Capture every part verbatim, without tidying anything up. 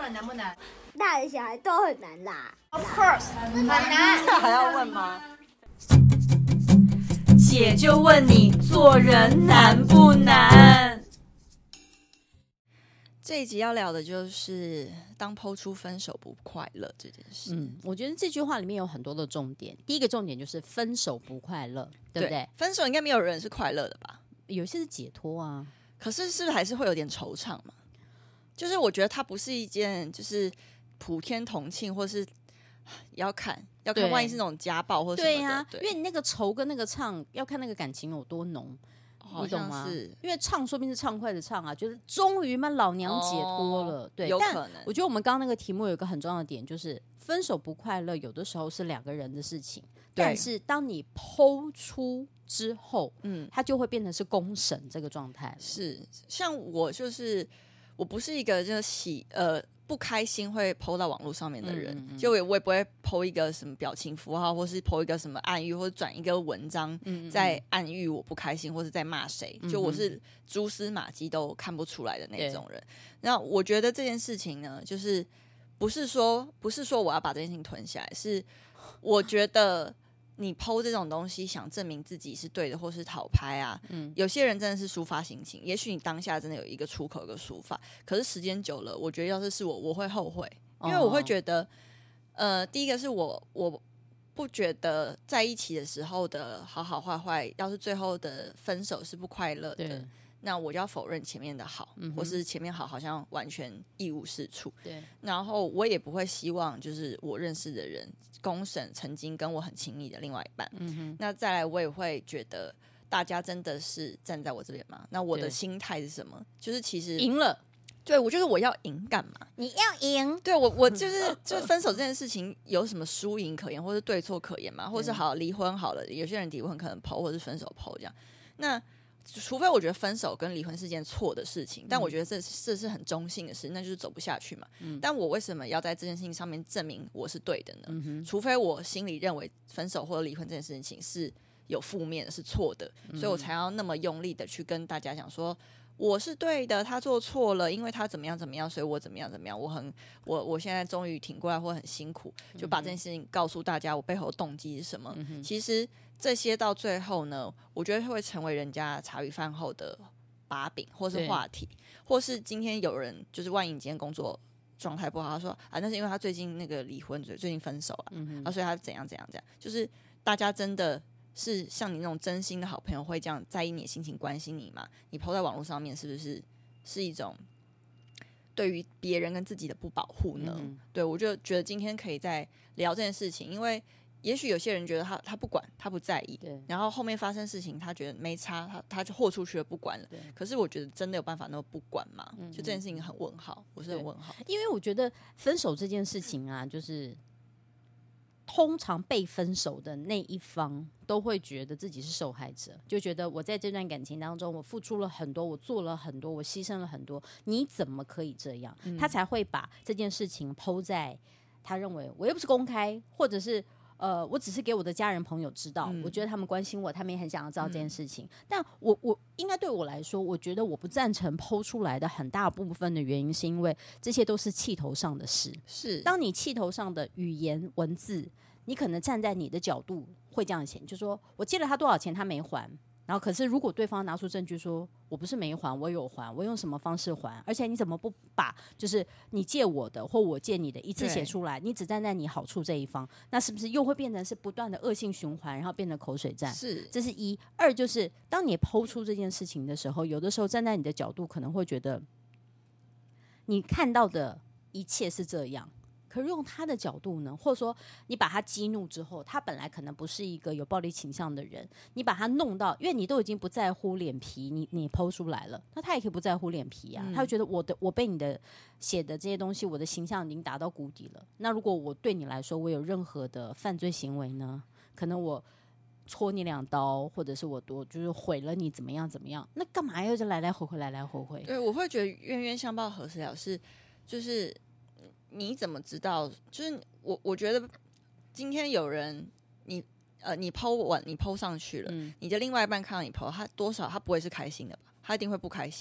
了难不难？ 大人小孩都很难啦。 Of course， 很难。 这还要问吗？ 姐就问你，做人难不难？ 这一集要聊的就是当抛出分手不快乐这件事。 嗯，我觉得这句话里面有很多的重点。第一个重点就是分手不快乐，对不对？ 对，分手应该没有人是快乐的吧？ 有些是解脱啊， 可是是不是还是会有点惆怅嘛？就是我觉得它不是一件就是普天同庆，或是要看要看，万一是那种家暴或什么的， 对呀、啊， 对， 因为你那个愁跟那个唱要看那个感情有多浓。 好你懂吗？ 像是因为唱说不定是畅快的唱啊，觉得终于嘛老娘解脱了， 哦、 对， 有可能。 我觉得我们刚刚那个题目有一个很重要的点，就是分手不快乐，有的时候是两个人的事情，但是当你剖出之后，嗯，它就会变成是公审这个状态。 是，像我就是我不是一个就是喜呃。不开心会 po 到网络上面的人，嗯嗯嗯就我也我也不会 po 一个什么表情符号，或是 po 一个什么暗喻，或者转一个文章在暗喻我不开心，或是在骂谁，嗯嗯就我是蛛丝马迹都看不出来的那种人。那我觉得这件事情呢，就是不是说不是说我要把这件事情吞下来，是我觉得。你 po 这种东西想证明自己是对的或是讨拍啊、嗯、有些人真的是抒发心情，也许你当下真的有一个出口一个抒发，可是时间久了我觉得要是是我我会后悔，因为我会觉得、哦、呃，第一个是我我不觉得在一起的时候的好好坏坏，要是最后的分手是不快乐的，那我就要否认前面的好、嗯、或是前面好好像完全一无是处，对，然后我也不会希望就是我认识的人公审曾经跟我很亲密的另外一半、嗯、哼那再来我也会觉得大家真的是站在我这边吗？那我的心态是什么？就是其实赢了， 对，我就是我要赢干嘛？ 你要赢， 对我我就是就是分手这件事情有什么输赢可言，或是对错可言吗？或是好离婚好了，有些人离婚可能剖，或是分手剖这样，那除非我觉得分手跟离婚是件错的事情，但我觉得这这是很中性的事，那就是走不下去嘛、嗯、但我为什么要在这件事情上面证明我是对的呢、嗯、除非我心里认为分手或者离婚这件事情是有负面的是错的、嗯、所以我才要那么用力的去跟大家讲说我是对的，他做错了，因为他怎么样怎么样，所以我怎么样怎么样，我很我我现在终于挺过来，或很辛苦，就把这件事情告诉大家我背后的动机是什么、嗯、其实这些到最后呢，我觉得会成为人家茶余饭后的把柄或是话题，或是今天有人就是万一你今天工作状态不好，他说啊那是因为他最近那个离婚，最近分手了、嗯啊、所以他怎样怎样怎样，就是大家真的是像你那种真心的好朋友会这样在意你的心情，关心你吗？你 po 在网络上面是不是是一种对于别人跟自己的不保护呢？嗯、对，我就觉得今天可以再聊这件事情，因为也许有些人觉得他他不管，他不在意，然后后面发生事情他觉得没差，他他就豁出去了不管了。可是我觉得真的有办法那么不管吗？嗯、就这件事情很问号，我是很问号。 因为我觉得分手这件事情啊，就是通常被分手的那一方都会觉得自己是受害者，就觉得我在这段感情当中我付出了很多，我做了很多，我牺牲了很多，你怎么可以这样、嗯、他才会把这件事情 po 在他认为我又不是公开，或者是呃，我只是给我的家人朋友知道、嗯、我觉得他们关心我，他们也很想要知道这件事情、嗯、但我我应该对我来说，我觉得我不赞成 po 出来的很大部分的原因是因为这些都是气头上的事，是当你气头上的语言文字，你可能站在你的角度会这样想，就说我借了他多少钱他没还，然后可是如果对方拿出证据说我不是没还，我有还，我用什么方式还，而且你怎么不把就是你借我的或我借你的一次写出来，你只站在你好处这一方，那是不是又会变成是不断的恶性循环，然后变成口水战？是，这是一。二就是当你抛出这件事情的时候，有的时候站在你的角度可能会觉得你看到的一切是这样，可是用他的角度呢，或者说你把他激怒之后，他本来可能不是一个有暴力倾向的人，你把他弄到，因为你都已经不在乎脸皮，你你 po 出来了，那他也可以不在乎脸皮啊、嗯、他会觉得我的我被你的写的这些东西，我的形象已经达到谷底了，那如果我对你来说我有任何的犯罪行为呢，可能我戳你两刀，或者是我我就是毁了你怎么样怎么样，那干嘛要来来回回来来回回？ 对，我会觉得冤冤相报何时了，是就是你怎么知道？就是我，我觉得今天有人你呃，你 po 完，你 po 上去了、嗯，你的另外一半看到你 po， 他多少他不会是开心的吧？他一定会不开心吧？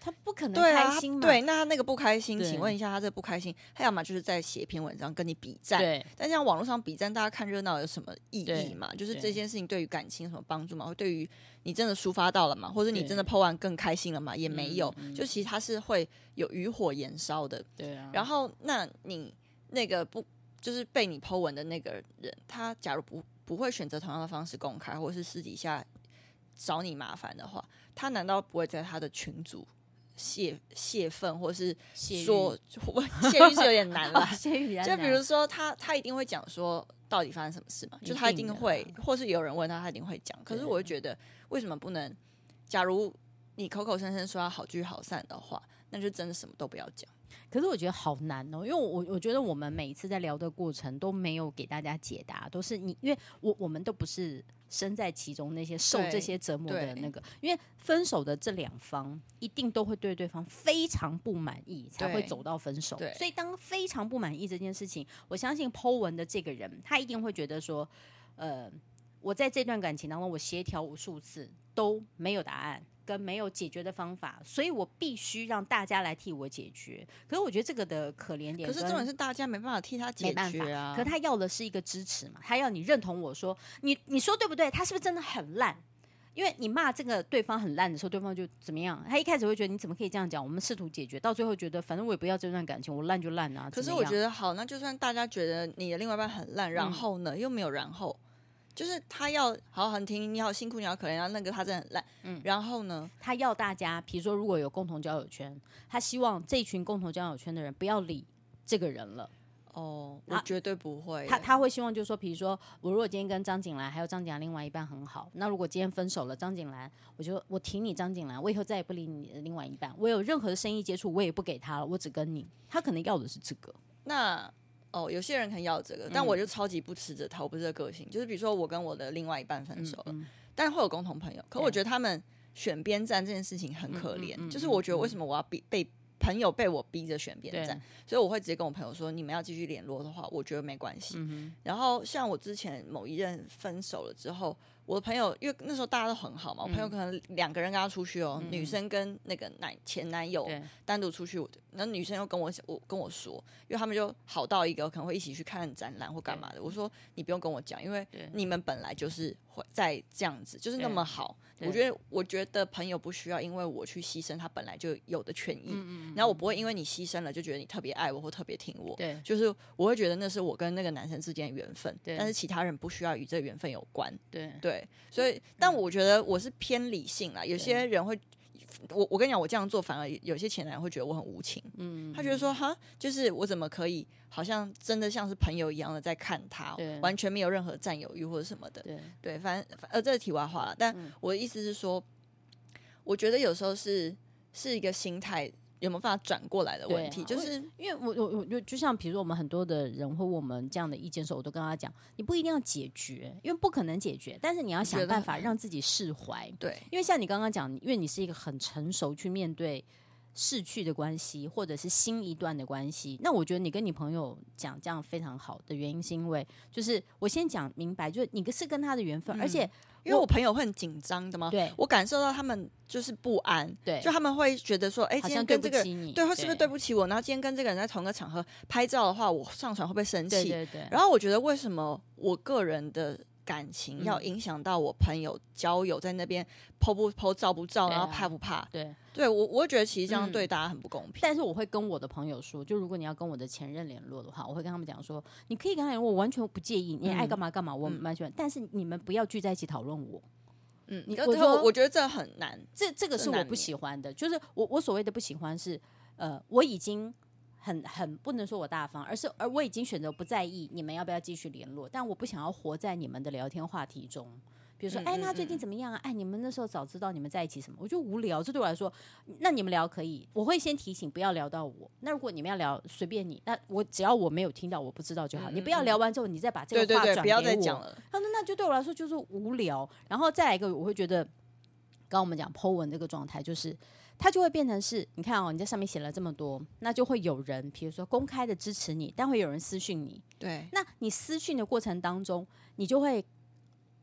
他不可能对啊， 开心嘛。 对，那他那个不开心， 对请问一下，他这不开心，他要么就是在写一篇文章跟你比战， 对， 但像网络上比战，大家看热闹有什么意义嘛？就是对这件事情对于感情有什么帮助嘛？或对于你真的抒发到了嘛？或者你对真的 po 完更开心了嘛？也没有， 嗯嗯就其实它是会有余火燃烧的。 对啊。 然后，那你那个不就是被你 po 文的那个人，他假如不不会选择同样的方式公开，或是私底下找你麻烦的话，他难道不会在他的群组泄泄愤，或是说泄欲是有点难啦？ 泄欲就比如说他他一定会讲说到底发生什么事嘛？就他一定会，或是有人问他，他一定会讲。可是我会觉得，为什么不能？假如你口口声声说要好聚好散的话，那就真的什么都不要讲。 可是我觉得好难哦，因为我我觉得我们每一次在聊的过程都没有给大家解答，都是你，因为我我们都不是身在其中那些受这些折磨的那个，因为分手的这两方一定都会对对方非常不满意，才会走到分手。所以当非常不满意这件事情，我相信 po 文的这个人，他一定会觉得说，呃，我在这段感情当中，我协调无数次都没有答案。跟没有解决的方法，所以我必须让大家来替我解决。可是我觉得这个的可怜点， 可是重点是大家没办法替他解决啊。 可是他要的是一个支持嘛，他要你认同我说，你你说对不对？他是不是真的很烂？因为你骂这个对方很烂的时候，对方就怎么样？他一开始会觉得你怎么可以这样讲？我们试图解决，到最后觉得反正我也不要这段感情，我烂就烂啊。 可是我觉得好，那就算大家觉得你的另外一半很烂，然后呢、嗯、又没有然后。就是他要好好听，你好辛苦，你好可怜，然后那个他真的很烂，嗯，然后呢， 他要大家，比如说如果有共同交友圈，他希望这群共同交友圈的人不要理这个人了。 哦，我绝对不会。 他他会希望就是说，比如说我如果今天跟张景兰还有张景兰另外一半很好，那如果今天分手了，张景兰，我就我挺你张景兰，我以后再也不理你的另外一半，我有任何的生意接触我也不给他了，我只跟你。他可能要的是这个。 那。哦，有些人可能要这个，但我就超级不吃这套，我不是这个个性。就是比如说，我跟我的另外一半分手了，嗯嗯、但会有共同朋友，可我觉得他们选边站这件事情很可怜。嗯嗯嗯、就是我觉得为什么我要逼被朋友被我逼着选边站，所以我会直接跟我朋友说，你们要继续联络的话，我觉得没关系。嗯、然后像我之前某一任分手了之后。我的朋友，因为那时候大家都很好嘛，我朋友可能两个人跟他出去哦，嗯、女生跟那个男前男友单独出去，然后女生又跟我我跟我说，因为他们就好到一个可能会一起去看展览或干嘛的。我说你不用跟我讲，因为你们本来就是会在这样子，就是那么好。我觉得我觉得朋友不需要因为我去牺牲他本来就有的权益，嗯嗯然后我不会因为你牺牲了就觉得你特别爱我或特别听我，对，就是我会觉得那是我跟那个男生之间的缘分，但是其他人不需要与这个缘分有关，对对。对，所以，但我觉得我是偏理性啦。有些人会，我我跟你讲，我这样做反而有些前男友会觉得我很无情。嗯，他觉得说，哈，就是我怎么可以，好像真的像是朋友一样的在看他，完全没有任何占有欲或者什么的。对，对，反正呃，这是题外话了。但我的意思是说，我觉得有时候是是一个心态。有没有办法转过来的问题？啊、就是因为我我我就就像比如说我们很多的人会问我们这样的意见的时候，我都跟他讲，你不一定要解决，因为不可能解决，但是你要想办法让自己释怀。对，因为像你刚刚讲，因为你是一个很成熟去面对逝去的关系，或者是新一段的关系，那我觉得你跟你朋友讲这样非常好的原因，是因为就是我先讲明白，就是你是跟他的缘分，嗯、而且。 因为我朋友会很紧张的嘛，对，我感受到他们就是不安，对，就他们会觉得说，哎、欸，今天跟这个人，对，会是不是对不起我？然后今天跟这个人在同一个场合拍照的话，我上传会不会生气？对对对。然后我觉得为什么我个人的感情要影响到我朋友交友在那边 po 不 po 照不照，然后怕不怕？对，对我我会觉得其实这样对大家很不公平。嗯、 但是我会跟我的朋友说，就如果你要跟我的前任联络的话，我会跟他们讲说，你可以跟他联络，我完全不介意，你爱干嘛干嘛，我蛮喜欢。嗯、但是你们不要聚在一起讨论我。 嗯，你我说我觉得这很难， 这这个是我不喜欢的，就是我我所谓的不喜欢是，呃，我已经很很不能说我大方，而是而我已经选择不在意你们要不要继续联络，但我不想要活在你们的聊天话题中。比如说，哎、嗯，那最近怎么样啊？哎，你们那时候早知道你们在一起什么，我就无聊。这对我来说，那你们聊可以，我会先提醒不要聊到我。那如果你们要聊，随便你。那我只要我没有听到，我不知道就好。嗯、你不要聊完之后，你再把这个话转给我。 对对对，不要再讲了。 那那就对我来说就是无聊。然后再来一个，我会觉得，刚刚我们讲 po 文这个状态，就是它就会变成是，你看哦，你在上面写了这么多，那就会有人，比如说公开的支持你，但会有人私讯你。对，那你私讯的过程当中，你就会。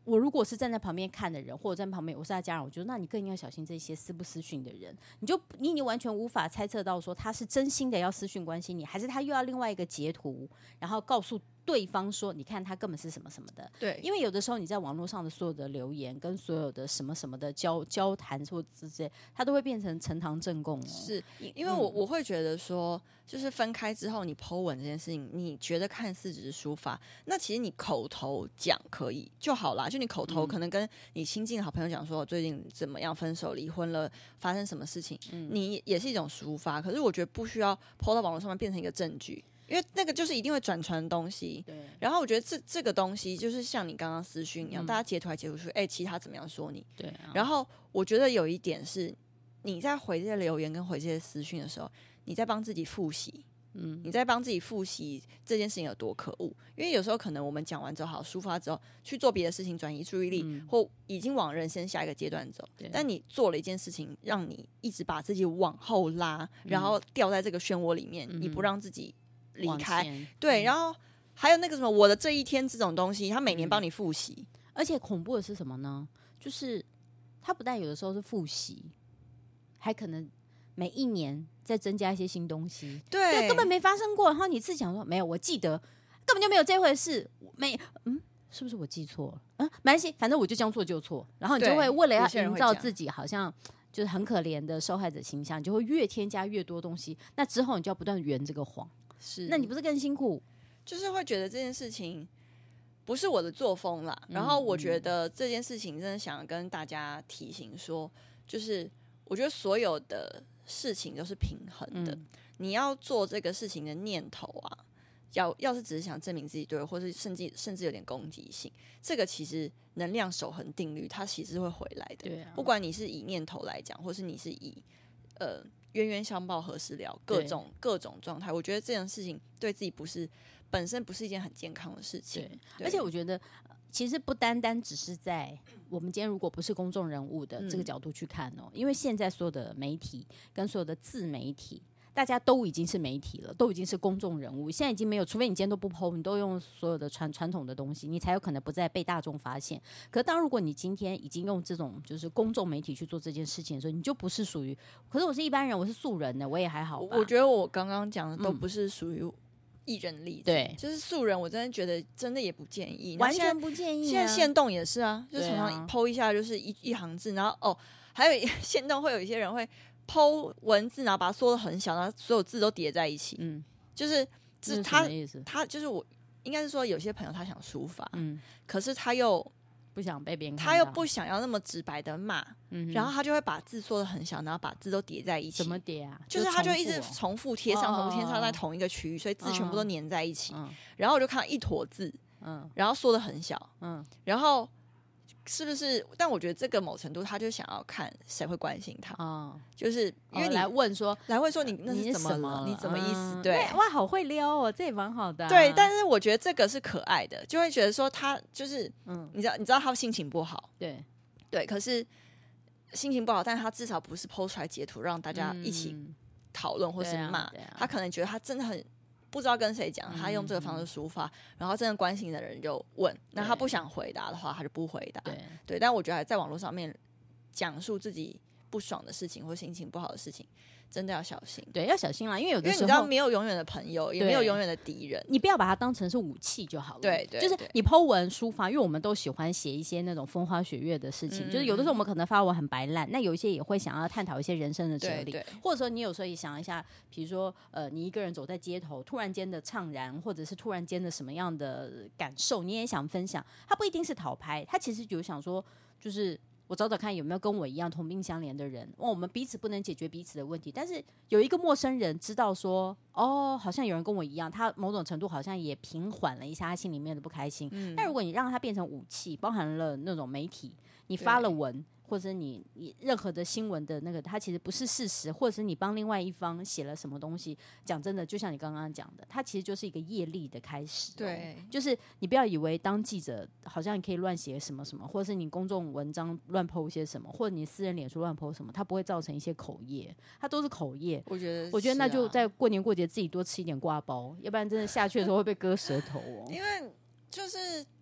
我如果是站在旁边看的人，或者站在旁边我是他家人，我觉得那你更应该小心这些私不私讯的人，你就你已经完全无法猜测到说他是真心的要私讯关心你，还是他又要另外一个截图，然后告诉对方说你看他根本是什么什么的。 对， 因为有的时候你在网络上的所有的留言跟所有的什么什么的交交谈或之类，它都会变成呈堂证供哦。 是因为我、嗯、我会觉得说，就是分开之后你 po 文这件事情，你觉得看似只是抒发，那其实你口头讲可以就好啦，就你口头可能跟你亲近的好朋友讲说，最近怎么样，分手离婚了，发生什么事情，嗯、你也是一种抒发。可是我觉得不需要 po 到网络上面变成一个证据。因为那个就是一定会转传的东西， 对。 然后我觉得这这个东西就是像你刚刚私讯一样，嗯、大家截图来截图说，哎、欸，其实他怎么样说你， 对、啊。 然后我觉得有一点是，你在回这些留言跟回这些私讯的时候，你在帮自己复习，嗯，你在帮自己复习这件事情有多可恶。因为有时候可能我们讲完之后，好抒发之后，去做别的事情，转移注意力，嗯、或已经往人生下一个阶段走。但你做了一件事情，让你一直把自己往后拉，然后掉在这个漩涡里面，嗯、你不让自己离开，对，然后还有那个什么我的这一天这种东西，他每年帮你复习、嗯， 而且恐怖的是什么呢？就是他不但有的时候是复习，还可能每一年再增加一些新东西， 对， 根本没发生过。然后你自己想说没有，我记得根本就没有这回事，没嗯，是不是我记错了？嗯，没关系，反正我就将错就错。然后你就会为了要营造自己好像就是很可怜的受害者形象，你就会越添加越多东西。那之后你就要不断圆这个谎。 是， 那你不是更辛苦？ 就是会觉得这件事情不是我的作风啦。嗯、然后我觉得这件事情真的想跟大家提醒说，就是我觉得所有的事情都是平衡的。嗯、你要做这个事情的念头啊，要要是只是想证明自己对，或是甚至甚至有点攻击性，这个其实能量守恒定律它其实会回来的。 对啊， 不管你是以念头来讲，或是你是以呃。冤冤相报何时了，各种各种状态，我觉得这件事情对自己不是本身不是一件很健康的事情。 对，对，而且我觉得其实不单单只是在我们今天如果不是公众人物的这个角度去看哦，嗯、因为现在所有的媒体跟所有的自媒体，大家都已经是媒体了，都已经是公众人物。现在已经没有，除非你今天都不 po， 你都用所有的传传统的东西，你才有可能不再被大众发现。可是当如果你今天已经用这种就是公众媒体去做这件事情的时候，你就不是属于。可是我是一般人，我是素人的，我也还好吧。 我觉得我刚刚讲的都不是属于艺人例子， 对， 就是素人，我真的觉得真的也不建议， 完全不建议、啊。 现在限动也是啊，就常常 po 一下就是一一行字，然后哦，还有限动会有一些人会。po 文字，然后把它缩得很小，然后所有字都叠在一起。嗯，就是就是他他就是我应该是说，有些朋友他想抒发，嗯，可是他又不想被别人看到， 他又不想要那么直白的骂，嗯，然后他就会把字缩得很小，然后把字都叠在一起。 怎么叠啊？ 就是他就一直重复贴上、重复贴上在同一个区域，所以字全部都粘在一起。嗯，然后我就看到一坨字，嗯，然后缩得很小，嗯，然后。是不是？但我觉得这个某程度，他就想要看谁会关心他，哦、就是因为你、 哦、来问说， 来问说你那是怎么了？你怎么意思？嗯、对， 哇，好会撩哦，这也蛮好的、啊。 对，但是我觉得这个是可爱的，就会觉得说他就是，嗯，你知道，你知道他心情不好， 对对，可是心情不好，但是他至少不是 po 出来截图让大家一起讨论或是骂、嗯啊啊，他可能觉得他真的很。不知道跟谁讲，他用这个方式抒发，嗯、然后真的关心的人就问，那他不想回答的话，他就不回答。 对， 对，但我觉得在网络上面讲述自己不爽的事情或心情不好的事情，真的要小心。 对，要小心啦，因为有的时候，因为你知道没有永远的朋友，也没有永远的敌人， 你不要把它当成是武器就好了。 对对， 就是你 po 文抒发，因为我们都喜欢写一些那种风花雪月的事情，嗯、就是有的时候我们可能发文很白烂，那有一些也会想要探讨一些人生的哲理，或者说你有时候也想一下，比如说呃，你一个人走在街头，突然间的怅然，或者是突然间的什么样的感受，你也想分享，它不一定是讨拍，它其实有想说就是。我找找看有没有跟我一样同病相怜的人，哦，我们彼此不能解决彼此的问题，但是有一个陌生人知道说，哦，好像有人跟我一样，他某种程度好像也平缓了一下他心里面的不开心。嗯，但如果你让他变成武器，包含了那种媒体，你发了文。或者你你任何的新闻的那个，它其实不是事实，或者是你帮另外一方写了什么东西，讲真的，就像你刚刚讲的，它其实就是一个业力的开始、哦。 对， 就是你不要以为当记者好像你可以乱写什么什么，或者是你公众文章乱 po 些什么，或者你私人脸书乱 po 什么，它不会造成一些口业，它都是口业。 我觉得、啊， 我觉得那就在过年过节自己多吃一点挂包，要不然真的下去的时候会被割舌头哦。 因为就是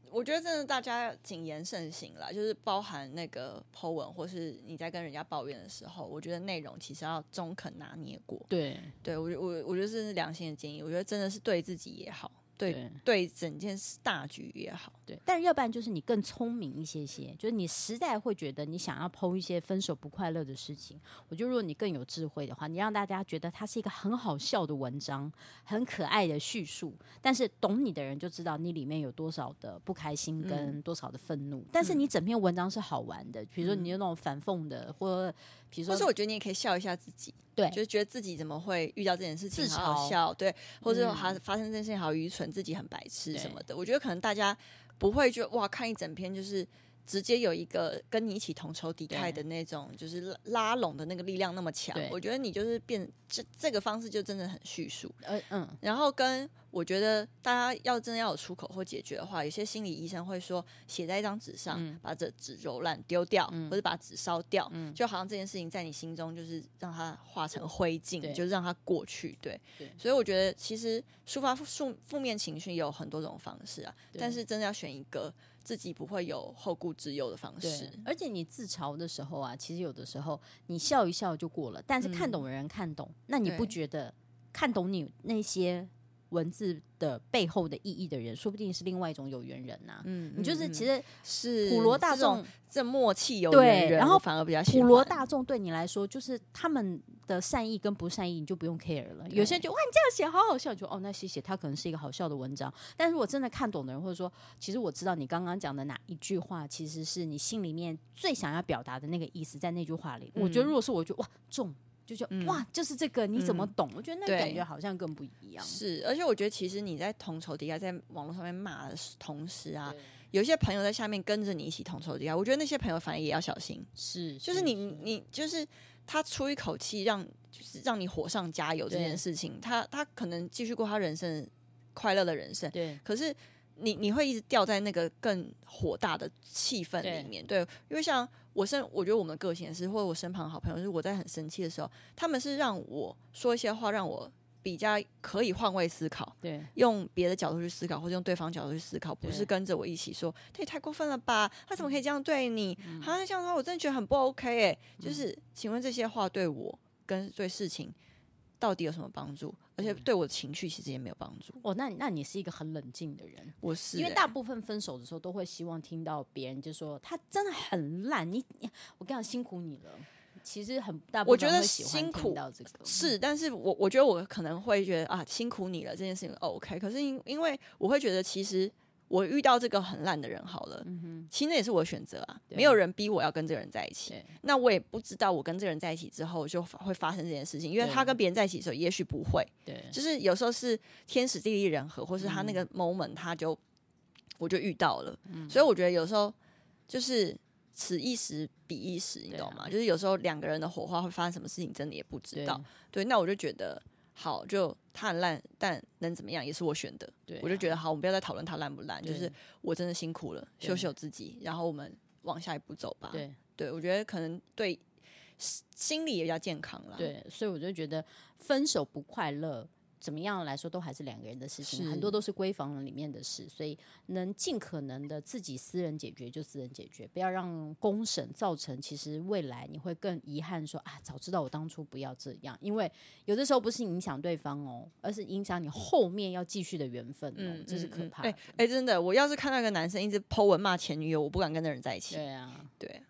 我觉得真的大家谨言慎行啦，就是包含那个 po 文，或是你在跟人家抱怨的时候，我觉得内容其实要中肯拿捏过。 对， 对我我我觉得这是良心的建议，我觉得真的是对自己也好。对 对, 对整件大局也好， 对，但是要不然就是你更聪明一些些，就是你实在会觉得你想要 po 一些分手不快乐的事情，我觉得如果你更有智慧的话，你让大家觉得它是一个很好笑的文章，很可爱的叙述，但是懂你的人就知道你里面有多少的不开心跟多少的愤怒、嗯、但是你整篇文章是好玩的，比如说你有那种反讽的，或比如说， 或是我觉得你也可以笑一下自己， 对， 就是觉得自己怎么会遇到这件事情好好笑，对，或者还发生这件事情好愚蠢，自己很白痴什么的。我觉得可能大家不会就哇看一整篇就是直接有一个跟你一起同仇敌忾的那种，就是拉拢的那个力量那么强。我觉得你就是变这这个方式就真的很叙述，呃嗯，然后跟我觉得大家要真的要有出口或解决的话，有些心理医生会说写在一张纸上、嗯，把这纸揉烂丢掉、嗯，或者把纸烧掉、嗯，就好像这件事情在你心中就是让它化成灰烬，就是让它过去。对，对，所以我觉得其实抒发负负面情绪有很多种方式啊，但是真的要选一个自己不会有后顾之忧的方式。 而且你自嘲的时候啊，其实有的时候你笑一笑就过了，但是看懂的人看懂、嗯、那你不觉得看懂你那些文字的背后的意义的人，说不定是另外一种有缘人呐、啊。嗯，你就是其实是普罗大众这默契有缘人， 然后反而比较喜欢普罗大众对你来说，就是他们的善意跟不善意，你就不用 care 了。有些人就哇，你这样写好好笑，就哦，那谢谢，他可能是一个好笑的文章。但是如果真的看懂的人，或者说，其实我知道你刚刚讲的哪一句话，其实是你心里面最想要表达的那个意思，在那句话里。嗯、我觉得如果是我，就哇中。就就、嗯、哇，就是这个，你怎么懂？嗯、我觉得那感觉好像更不一样。 是，而且我觉得其实你在同仇敌忾，在网络上面骂的同时啊，有些朋友在下面跟着你一起同仇敌忾，我觉得那些朋友反而也要小心。 是， 就是你你就是他出一口气让就是让你火上加油这件事情，他他可能继续过他人生快乐的人生， 对， 可是。你你会一直掉在那个更火大的气氛里面， 对, 对，因为像我身，我觉得我们的个性也是，或者我身旁的好朋友，就是我在很生气的时候，他们是让我说一些话，让我比较可以换位思考， 对， 用别的角度去思考，或者用对方角度去思考，不是跟着我一起说，他也太过分了吧，他怎么可以这样对你？嗯、他这样的话，我真的觉得很不 OK 哎、欸嗯，就是请问这些话对我跟对事情到底有什么帮助？而且对我的情绪其实也没有帮助。 哦，那那你是一个很冷静的人， 我是、欸， 因为大部分分手的时候都会希望听到别人就说他真的很烂，你我跟你讲辛苦你了。其实很大部分会喜欢听到这个， 我觉得辛苦是，但是我我觉得我可能会觉得啊，辛苦你了这件事情 OK， 可是因因为我会觉得其实。我遇到这个很烂的人好了、嗯，其实那也是我的选择啊，没有人逼我要跟这个人在一起。那我也不知道我跟这个人在一起之后就会发生这件事情，因为他跟别人在一起的时候也许不会，对，就是有时候是天时地利人和，或是他那个 moment 他就、嗯、我就遇到了、嗯，所以我觉得有时候就是此一时彼一时，你懂吗？就是有时候两个人的火花会发生什么事情，真的也不知道。对，对那我就觉得。好，就他很烂，但能怎么样也是我选的。对、啊，我就觉得好，我们不要再讨论他烂不烂，就是我真的辛苦了，修修自己，然后我们往下一步走吧。对，对我觉得可能对心理也比较健康啦。 对，所以我就觉得分手不快乐。怎么样来说都还是两个人的事情，很多都是闺房里面的事，所以能尽可能的自己私人解决就私人解决，不要让公审造成其实未来你会更遗憾说啊，早知道我当初不要这样，因为有的时候不是影响对方哦，而是影响你后面要继续的缘分哦，嗯、这是可怕的。 哎、嗯欸欸，真的，我要是看到一个男生一直 po 文骂前女友，我不敢跟那人在一起。 对啊， 对。